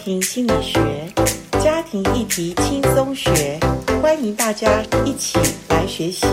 庭心理学，家庭议题轻松学，欢迎大家一起来学习。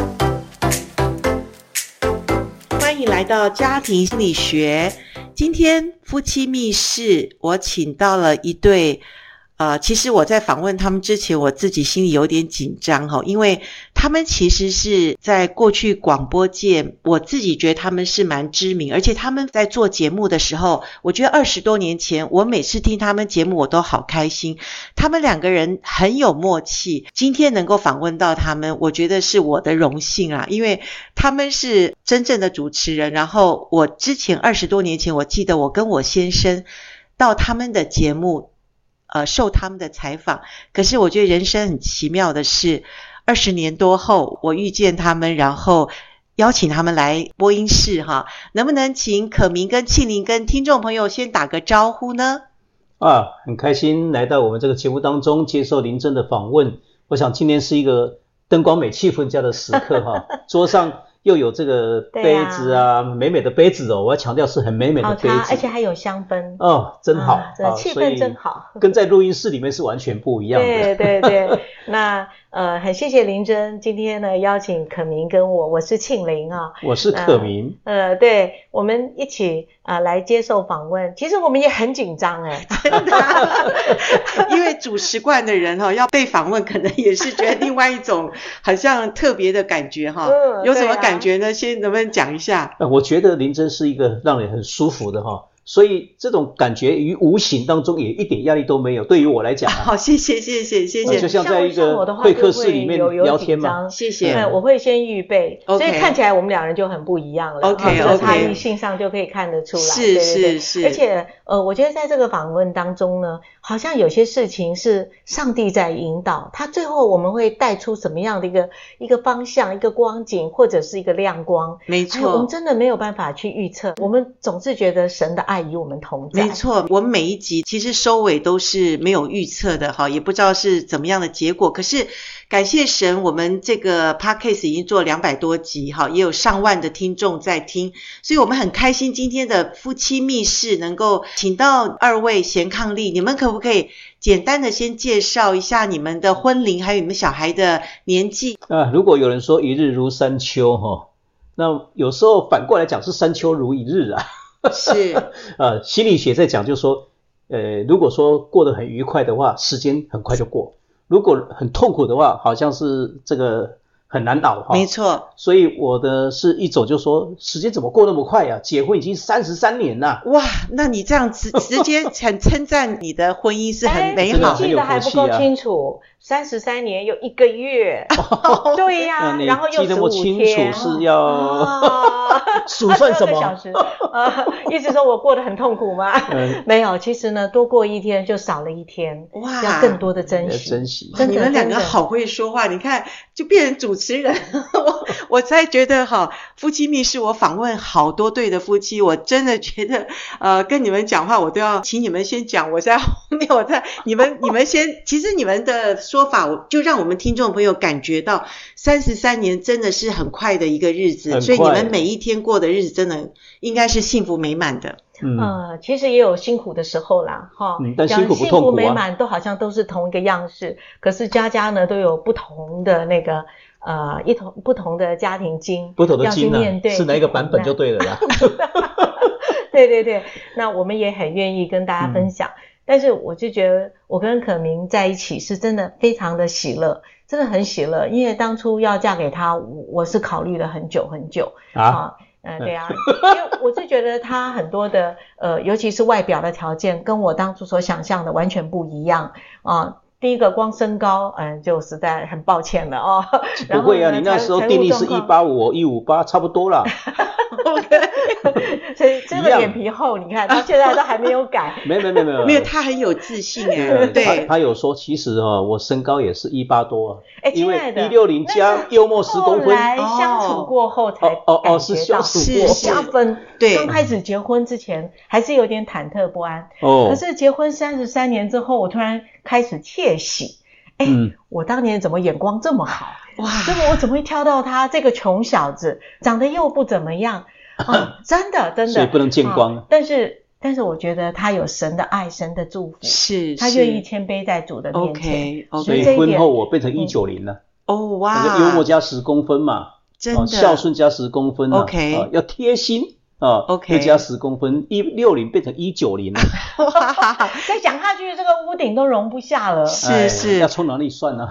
欢迎来到家庭心理学。今天夫妻密室，我请到了一对其实我在访问他们之前，我自己心里有点紧张因为他们其实是在过去广播界，我自己觉得他们是蛮知名，而且他们在做节目的时候，我觉得20多年前，我每次听他们节目我都好开心。他们两个人很有默契，今天能够访问到他们，我觉得是我的荣幸啊，因为他们是真正的主持人。然后我之前20多年前，我记得我跟我先生到他们的节目受他们的采访，可是我觉得人生很奇妙的是20年多后我遇见他们，然后邀请他们来播音室能不能请可明跟庆玲跟听众朋友先打个招呼呢？ 很开心来到我们这个节目当中接受林真的访问。我想今天是一个灯光美气氛佳的时刻桌上又有这个杯子美美的杯子我要强调是很美美的杯子， 而且还有香氛真好气氛真好， 跟在录音室里面是完全不一样的。 对那很谢谢林真今天呢邀请可明跟我是庆玲我是可明对，我们一起来接受访问。其实我们也很紧张真的因为主持惯的人要被访问，可能也是觉得另外一种好像特别的感觉有什么感觉呢？先能不能讲一下？ 我觉得林真是一个让人很舒服的所以这种感觉于无形当中也一点压力都没有，对于我来讲好，谢谢就像在一个会客室里面聊天嘛。 谢谢我会先预备所以看起来我们两人就很不一样了。 OK 差异性上就可以看得出来。 是而且我觉得在这个访问当中呢，好像有些事情是上帝在引导，他最后我们会带出什么样的一个方向，一个光景，或者是一个亮光。 没错我们真的没有办法去预测，我们总是觉得神的爱与我们同在。 没错，我们每一集其实收尾都是没有预测的也不知道是怎么样的结果，可是感谢神，我们这个 Podcast 已经做200多集也有上万的听众在听，所以我们很开心今天的夫妻密室能够请到2位贤伉俪。你们可不可以简单的先介绍一下你们的婚龄还有你们小孩的年纪？ 如果有人说一日如三秋那有时候反过来讲是三秋如一日是心理学在讲就是说如果说过得很愉快的话，时间很快就过，如果很痛苦的话，好像是这个很难熬没错。 所以我的是一种就是说时间怎么过那么快结婚已经33年了。 哇，那你这样直接很称赞你的婚姻是很美好。 记得还不够清楚，33年有1个月对呀然后又15天， 记得那么清楚是要数算什么 12个小时意思说我过得很痛苦吗？没有，其实呢多过一天就少了一天。哇，要更多的珍惜。 你们两个好会说话，你看就变成主持人我才觉得夫妻密室我访问好多对的夫妻，我真的觉得跟你们讲话我都要请你们先讲，我在后面你们先，其实你们的说法就让我们听众朋友感觉到33年真的是很快的一个日子，所以你们每一天过的日子真的应该是幸福美满的。 其实也有辛苦的时候啦但辛苦不痛苦幸福美满都好像都是同一个样式，可是家家呢都有不同的那个不同的家庭经， 不同的经是哪一个版本就对了啦对，那我们也很愿意跟大家分享但是我就觉得我跟可明在一起是真的非常的喜乐，真的很喜乐，因为当初要嫁给他我是考虑了很久很久对啊因为我是觉得他很多的尤其是外表的条件跟我当初所想象的完全不一样第一个光身高就实在很抱歉了不会你那时候定义是185我158差不多啦所以这个脸皮厚，你看到现在都还没有改没有他很有自信对他有说其实我身高也是180多因为 160加幽默10公分， 后来相处过后才感觉到是加分。 对， 刚开始结婚之前还是有点忐忑不安可是结婚33年之后，我突然开始窃喜我当年怎么眼光这么好哇！这个我怎么会挑到他这个穷小子，长得又不怎么样真的所以不能见光但是但是我觉得他有神的爱，神的祝福， 是他愿意谦卑在主的面前。 OK， 所以婚后我变成190了。 哦哇， 那个幽默加10公分嘛， 真的， 孝顺加10公分啊 OK， 要贴心啊 OK， 又加10公分，160变成190了。 哇， 再讲下去，这个屋顶都容不下了。 是， 要从哪里算呢？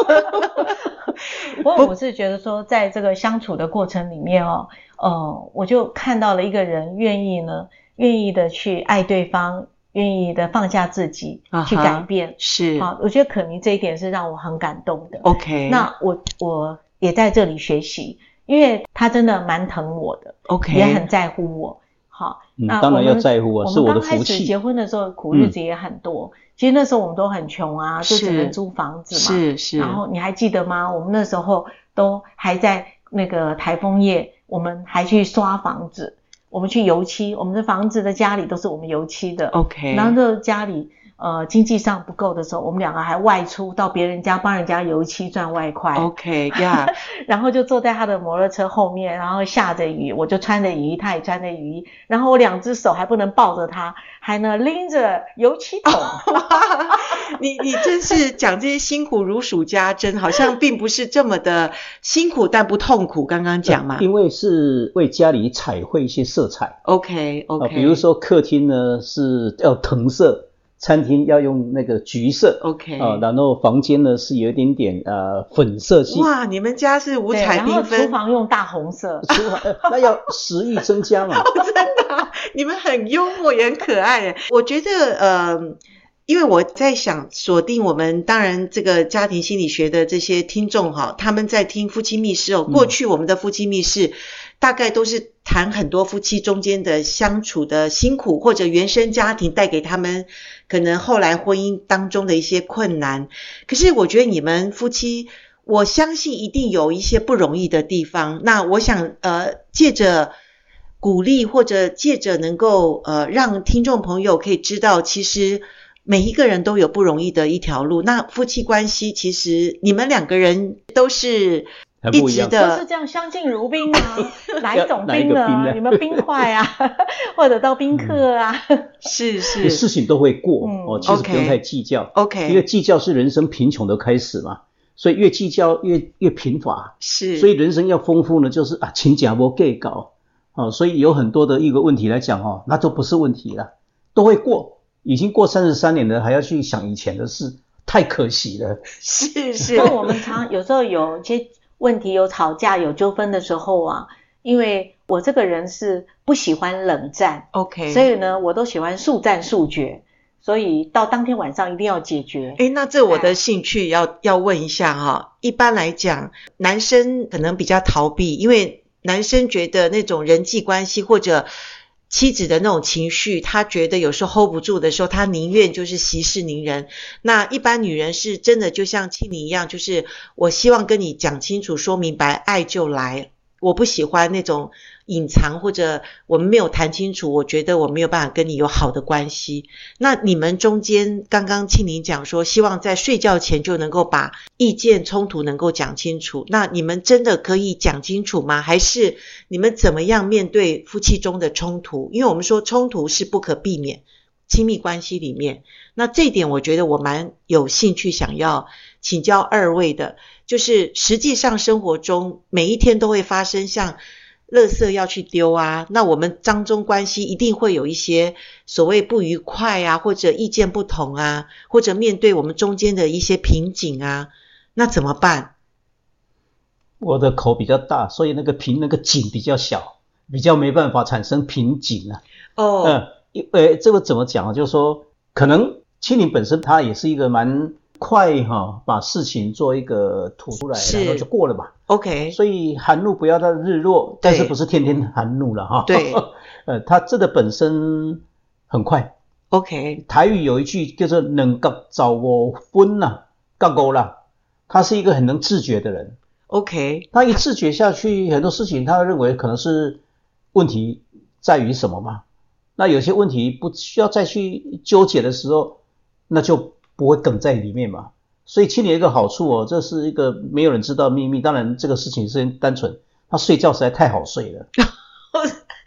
不过我是觉得说，在这个相处的过程里面我就看到了一个人愿意的去爱对方，愿意的放下自己，去改变。 是， 好，我觉得可明这一点是让我很感动的。 OK， 那我也在这里学习，因为他真的蛮疼我的 ，OK， 也很在乎我。好，那当然要在乎啊，是我的福气。 我们刚开始结婚的时候，苦日子也很多。其实那时候我们都很穷啊，就只能租房子嘛。 是。 然后你还记得吗？我们那时候都还在那个台风夜，我们还去刷房子，我们去油漆，我们的房子的家里都是我们油漆的。 OK， 然后这家里经济上不够的时候，我们两个还外出到别人家帮人家油漆赚外快。 OK， 呀、yeah ， 然后就坐在他的摩托车后面，然后下着雨，我就穿着雨衣，他也穿着雨衣，然后我2只手还不能抱着他，还呢拎着油漆桶。 你真是讲这些辛苦如数家珍，好像并不是这么的辛苦但不痛苦。刚刚讲嘛， 因为是为家里彩绘一些色彩。 OK， 比如说客厅呢是要藤色。餐厅要用那个橘色 ，OK， 然后房间呢是有一点点粉色系。 哇，你们家是五彩缤纷。 然后厨房用大红色， 那要食欲增加嘛。 真的啊，你们很幽默也很可爱耶。我觉得因为我在想锁定我们当然这个家庭心理学的这些听众哈，他们在听夫妻密室过去我们的夫妻密室大概都是谈很多夫妻中间的相处的辛苦，或者原生家庭带给他们可能后来婚姻当中的一些困难。可是我觉得你们夫妻，我相信一定有一些不容易的地方。那我想借着鼓励或者借着能够让听众朋友可以知道，其实每一个人都有不容易的一条路。那夫妻关系其实你们2个人都是一直的， 就是这样相敬如宾啊。哪一种冰呢？有没有冰块啊？或者到宾客啊？ 是事情都会过其实不用太计较。 OK， 因为计较是人生贫穷的开始嘛，所以越计较越贫乏。 是， 所以人生要丰富呢，就是请假不计较。所以有很多的一个问题来讲那都不是问题了，都会过。已经过33年了，还要去想以前的事，太可惜了。 是。 那我们有时候有些问题，有吵架有纠纷的时候啊，因为我这个人是不喜欢冷战 ，OK， 所以呢我都喜欢速战速决，所以到当天晚上一定要解决。 那这我的兴趣要问一下哈。一般来讲男生可能比较逃避，因为男生觉得那种人际关系或者妻子的那种情绪，他觉得有时候 hold 不住的时候，他宁愿就是息事宁人。那一般女人是真的就像庆玲一样，就是我希望跟你讲清楚说明白，爱就来。我不喜欢那种隐藏，或者我们没有谈清楚，我觉得我没有办法跟你有好的关系。那你们中间刚刚庆玲讲说希望在睡觉前就能够把意见冲突能够讲清楚，那你们真的可以讲清楚吗？还是你们怎么样面对夫妻中的冲突？因为我们说冲突是不可避免亲密关系里面，那这一点我觉得我蛮有兴趣想要请教2位的，就是实际上生活中每一天都会发生，像垃圾要去丢啊，那我们当中关系一定会有一些所谓不愉快啊，或者意见不同啊，或者面对我们中间的一些瓶颈啊，那怎么办？ 我的口比较大，所以那个井比较小，比较没办法产生瓶颈啊。这个怎么讲就是说可能庆玲本身她也是一个蛮快把事情做一个吐出来，然后就过了嘛。 OK， 所以含怒不要到日落，但是不是天天含怒了对， 他这个本身很快。 OK， 台语有一句叫做能够找我分啦，够够啦。他是一个很能自觉的人。 OK， 他一自觉下去，很多事情他认为可能是问题在于什么嘛？那有些问题不需要再去纠结的时候，那就不会梗在里面嘛。所以庆玲有一个好处这是一个没有人知道的秘密。当然这个事情是很单纯，他睡觉实在太好睡了。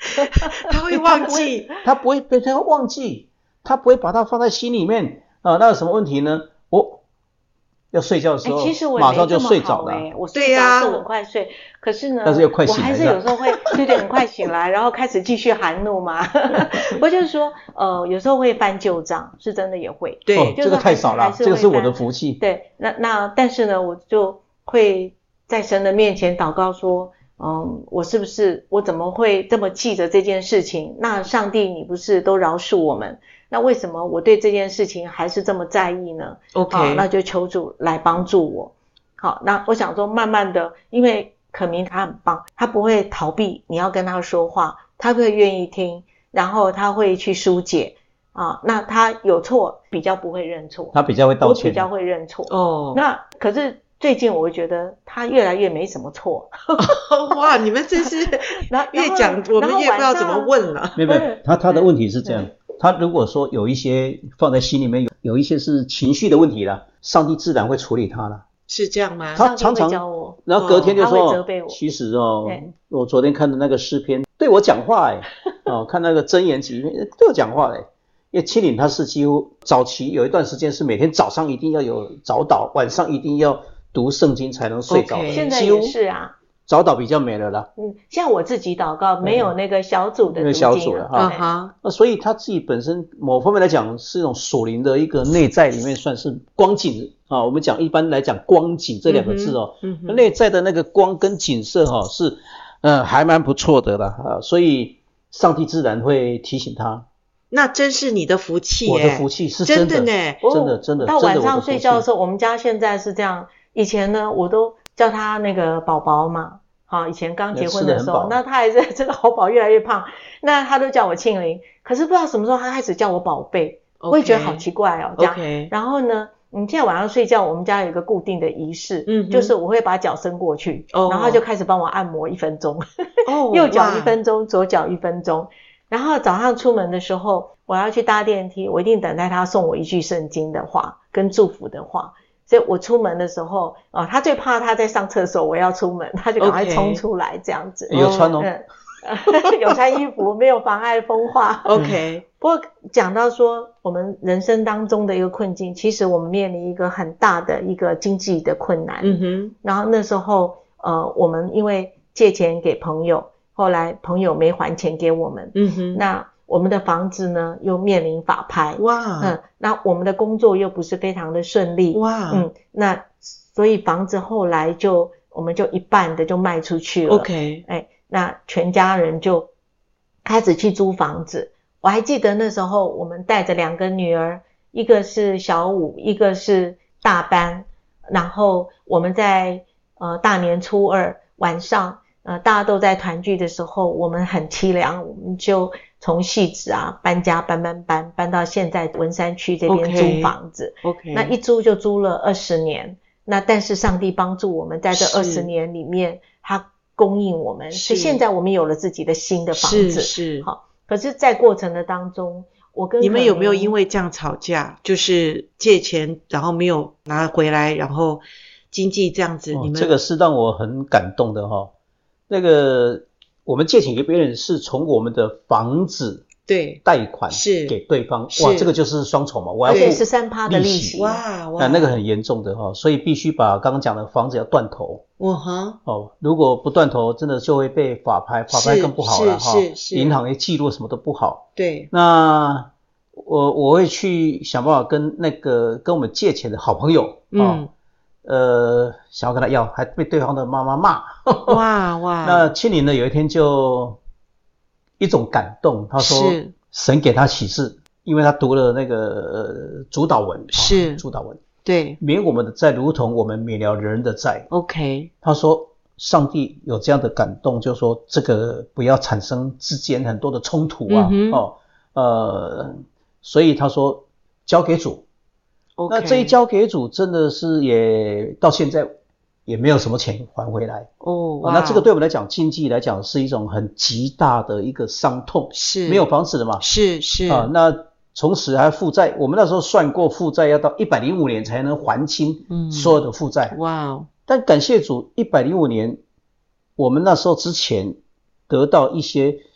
他会忘记， 他不会，对，他会忘记，他不会把它放在心里面啊。那有什么问题呢？要睡觉的时候， 其实我马上就睡着了。 我睡着是很快睡，可是呢， 但是又快醒来， 我还是有时候会对很快醒来，然后开始继续含怒嘛。我就是说，有时候会翻旧账，是真的也会。 对， 这个太少了，这个是我的福气。 对，但是呢，我就会在神的面前祷告说，我怎么会这么记着这件事情？那上帝，你不是都饶恕我们？那为什么我对这件事情还是这么在意呢 ？OK， 那就求主来帮助我。好，那我想说，慢慢的，因为可明他很棒，他不会逃避你要跟他说话，他会愿意听，然后他会去疏解啊。那他有错比较不会认错， 他比较会道歉， 比较会认错。 哦， 那可是最近我会觉得他越来越没什么错。 哇，你们真是越讲我们越不知道怎么问了。 没有，他的问题是这样。他如果说有一些放在心里面，有一些是情绪的问题了，上帝自然会处理他了。 是这样吗？ 他常常教我， 然后隔天就说， 他会责备我。 其实我昨天看的那个诗篇对我讲话看那个箴言集对我讲话因为青岭他是几乎早期有一段时间是每天早上一定要有早祷，晚上一定要读圣经才能睡着。 现在也是啊。 早祷比较没了啦。 像我自己祷告没有那个小组的读经小组了哈。所以他自己本身某方面来讲是一种属灵的一个内在里面算是光景啊。我们讲一般来讲光景这两个字内在的那个光跟景色是还蛮不错的啦所以上帝自然会提醒他。 那真是你的福气我的福气是真的真的。 到晚上睡觉的时候，我们家现在是这样，以前呢我都叫他那个宝宝嘛，以前刚结婚的时候，那他还是这个好宝越来越胖，那他都叫我庆龄，可是不知道什么时候他开始叫我宝贝，我也觉得好奇怪这样。然后呢，你现在晚上睡觉，我们家有一个固定的仪式，就是我会把脚伸过去，然后他就开始帮我按摩1分钟，右脚1分钟，左脚1分钟。然后早上出门的时候，我要去搭电梯，我一定等待他送我一句圣经的话跟祝福的话。所以我出门的时候他最怕他在上厕所我要出门，他就赶快冲出来这样子。 有穿有穿衣服，没有妨碍风化。 OK。 不过讲到说我们人生当中的一个困境，其实我们面临一个很大的一个经济的困难。然后那时候我们因为借钱给朋友，后来朋友没还钱给我们。那我们的房子呢又面临法拍。 哇。 那我们的工作又不是非常的顺利。 哇。 那所以房子后来我们就一半的就卖出去了。 OK。 那全家人就开始去租房子。我还记得那时候我们带着2个女儿，一个是小5，一个是大班。然后我们在大年初2晚上大家都在团聚的时候，我们很凄凉，我们就从汐止搬家搬到现在文山区这边租房子。 OK。 那一租就租了20年。那但是上帝帮助我们在这20年里面，他供应我们，所以现在我们有了自己的新的房子。 是。 好，可是在过程的当中，我跟你们有没有因为这样吵架？就是借钱然后没有拿回来，然后经济这样子，你们这个是让我很感动的那个我们借钱给别人是从我们的房子贷款是给对方，哇，这个就是双重嘛，我要付 13%的利息， 哇， 那个很严重的所以必须把刚刚讲的房子要断头。如果不断头，真的就会被法拍更不好了银行的记录什么都不好。 对， 那我会去想办法跟跟我们借钱的好朋友想要跟他要，还被对方的妈妈骂。 哇！ 那庆龄呢，有一天就一种感动，他说神给他启示，因为他读了那个主祷文，主祷文， 对， 免我们的债，如同我们免了人的债。 OK， 他说上帝有这样的感动，就说这个不要产生之间很多的冲突所以他说交给主。那这一交给主，真的是也到现在也没有什么钱还回来。那这个对我们来讲，经济来讲是一种很极大的一个伤痛。 是， 没有房子的嘛。 是那从此还负债，我们那时候算过负债要到105年才能还清所有的负债。但感谢主，105年我们那时候之前得到一些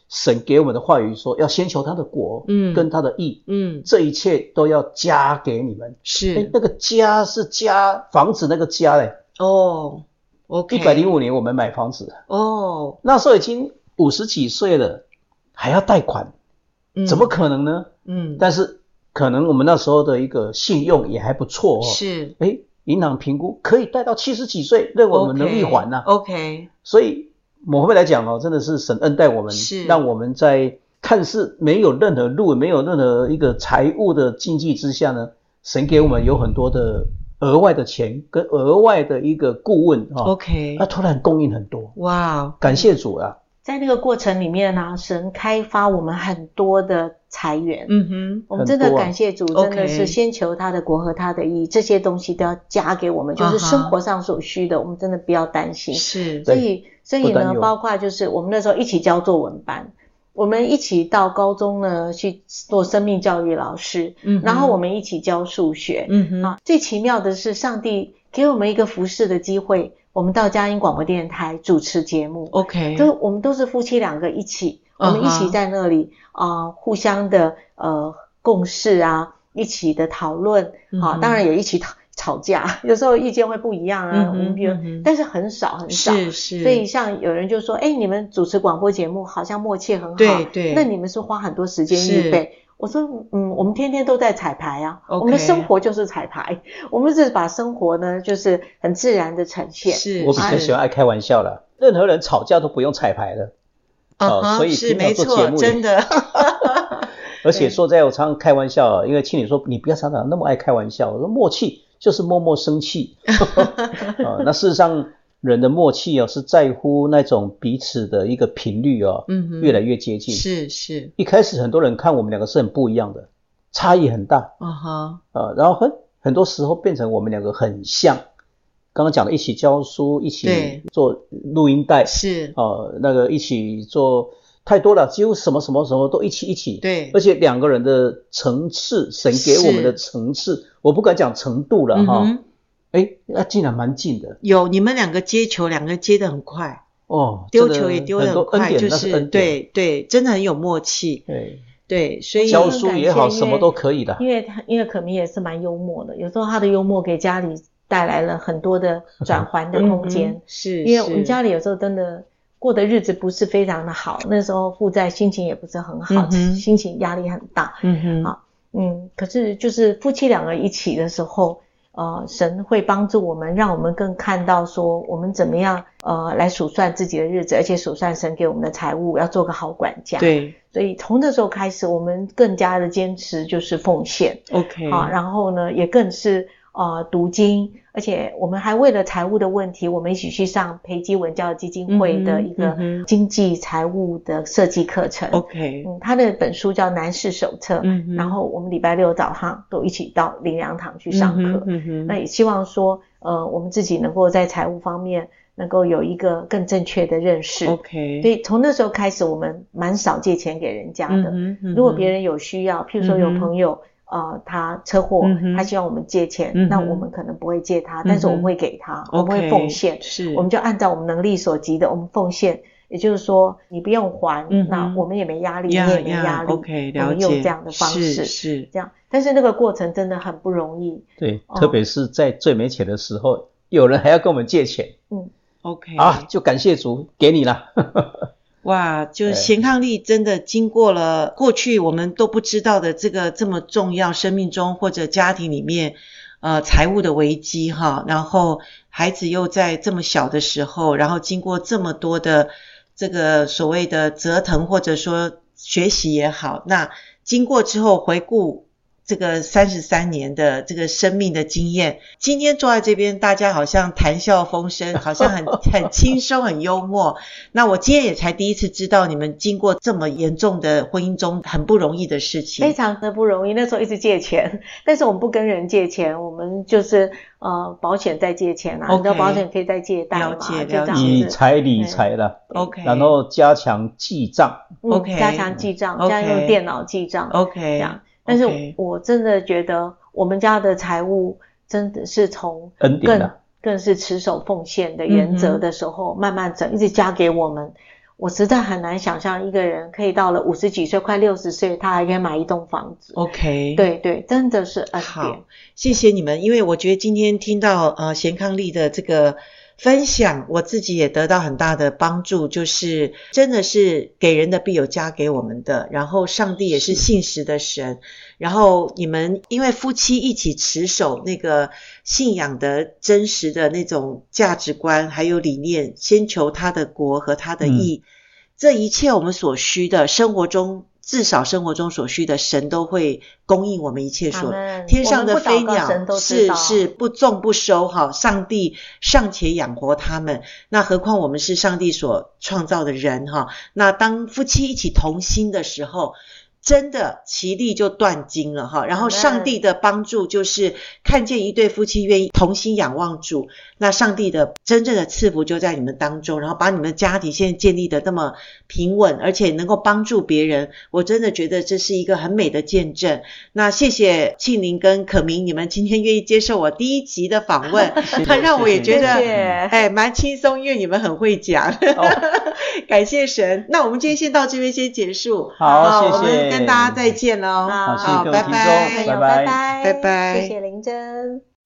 神给我们的话语说，要先求他的国，跟他的义，这一切都要加给你们。 是， 那个加是加房子那个加嘞。 哦 ，OK， 105年我们买房子， 哦， 那时候已经50几岁了，还要贷款，怎么可能呢？但是可能我们那时候的一个信用也还不错哦。 是， 银行评估可以贷到70几岁，认为我们能力还啊。 OK， 所以某方面来讲哦，真的是神恩待我们，让我们在看似没有任何路、没有任何一个财务的经济之下呢，神给我们有很多的额外的钱跟额外的一个顾问 OK， 那突然供应很多， 哇， 感谢主啊！ 在那个过程里面呢，神开发我们很多的财源，我们真的感谢主，真的是先求他的国和他的义，这些东西都要加给我们，就是生活上所需的，我们真的不要担心。 是， 所以呢，包括就是我们那时候一起教作文班，我们一起到高中呢去做生命教育老师，然后我们一起教数学，最奇妙的是上帝给我们一个服侍的机会，我们到佳音广播电台主持节目 ，OK， 我们都是夫妻两个一起，我们一起在那里互相的共事啊，一起的讨论，当然也一起吵架，有时候意见会不一样啊，我们比如，但是很少很少， 是， 所以像有人就说，你们主持广播节目好像默契很好， 对， 那你们是花很多时间预备。我说，我们天天都在彩排啊，我们的生活就是彩排，我们是把生活呢，就是很自然的呈现。 是， 我比较喜欢爱开玩笑啦，任何人吵架都不用彩排的，所以是没错，真的。 而且说在我常常开玩笑，因为青女说你不要常常那么爱开玩笑，我说默契就是默默生气。那事实上人的默契是在乎那种彼此的一个频率越来越接近。 是。 一开始很多人看我们两个是很不一样的，差异很大。然后很多时候变成我们两个很像。刚刚讲的一起教书，一起做录音带， 是那个一起做太多了，几乎什么都一起。 对， 而且两个人的层次，神给我们的层次，我不敢讲程度了那竟然蛮近的。 有你们两个接球，两个接得很快丢球也丢得很快，就是对，真的很有默契。对，所以教书也好，什么都可以的。 因为可明也是蛮幽默的，有时候他的幽默给家里带来了很多的转换的空间。 是， 因为我们家里有时候真的过的日子不是非常的好，那时候负债，心情也不是很好，心情压力很大。可是就是夫妻两个一起的时候，神会帮助我们，让我们更看到说我们怎么样来数算自己的日子，而且数算神给我们的财物，要做个好管家。 对， 所以从那时候开始，我们更加的坚持就是奉献。 OK， 然后呢，也更是读经，而且我们还为了财务的问题，我们一起去上培基文教基金会的一个经济财务的设计课程。 OK， 他的本书叫南市手册。然后我们礼拜六早上都一起到灵粮堂去上课。那也希望说，我们自己能够在财务方面能够有一个更正确的认识。 OK， 所以从那时候开始，我们蛮少借钱给人家的。如果别人有需要，譬如说有朋友他车祸，他希望我们借钱，那我们可能不会借他，但是我们会给他，我们会奉献，我们就按照我们能力所及的，我们奉献。也就是说，你不用还，那我们也没压力，你也没压力。 OK， 了解。 我们用这样的方式， 是这样。但是那个过程真的很不容易。 对，特别是在最没钱的时候，有人还要跟我们借钱。 OK， 就感谢主给你了。 哇，就是贤伉俪真的经过了过去我们都不知道的这个这么重要生命中或者家庭里面财务的危机然后孩子又在这么小的时候，然后经过这么多的这个所谓的折腾或者说学习也好，那经过之后回顾这个33年的这个生命的经验，今天坐在这边大家好像谈笑风生，好像很轻松很幽默。那我今天也才第一次知道你们经过这么严重的婚姻中很不容易的事情。 非常的不容易，那时候一直借钱，但是我们不跟人借钱，我们就是保险再借钱啊，你知道保险可以再借贷嘛， 了解以财理财了。 OK， 然后加强记账。 OK， 加强记账，加用电脑记账。 OK， 这样。但是我真的觉得我们家的财务真的是从更是持守奉献的原则的时候慢慢整，一直加给我们。 我实在很难想象一个人可以到了50几岁快60岁他还可以买一栋房子。 OK， 对对，真的是恩典。 好，谢谢你们，因为我觉得今天听到贤伉俪的这个分享，我自己也得到很大的帮助，就是真的是给人的必有加给我们的，然后上帝也是信实的神，然后你们因为夫妻一起持守那个信仰的真实的那种价值观还有理念，先求他的国和他的义，这一切我们所需的生活中，至少生活中所需的，神都会供应我们一切所天上的飞鸟是不种不收哈，上帝尚且养活他们，那何况我们是上帝所创造的人哈。那当夫妻一起同心的时候，真的其利就断金了哈。然后上帝的帮助就是看见一对夫妻愿意同心仰望主，那上帝的真正的赐福就在你们当中，然后把你们的家庭现在建立的那么平稳，而且能够帮助别人，我真的觉得这是一个很美的见证。那谢谢庆玲跟可明，你们今天愿意接受我第1集的访问，让我也觉得蛮轻松，因为你们很会讲。感谢神。那我们今天先到这边先结束。 好，谢谢， 我们跟大家再见喽。 好，谢谢各位听众， 拜拜， 拜拜， 谢谢林真。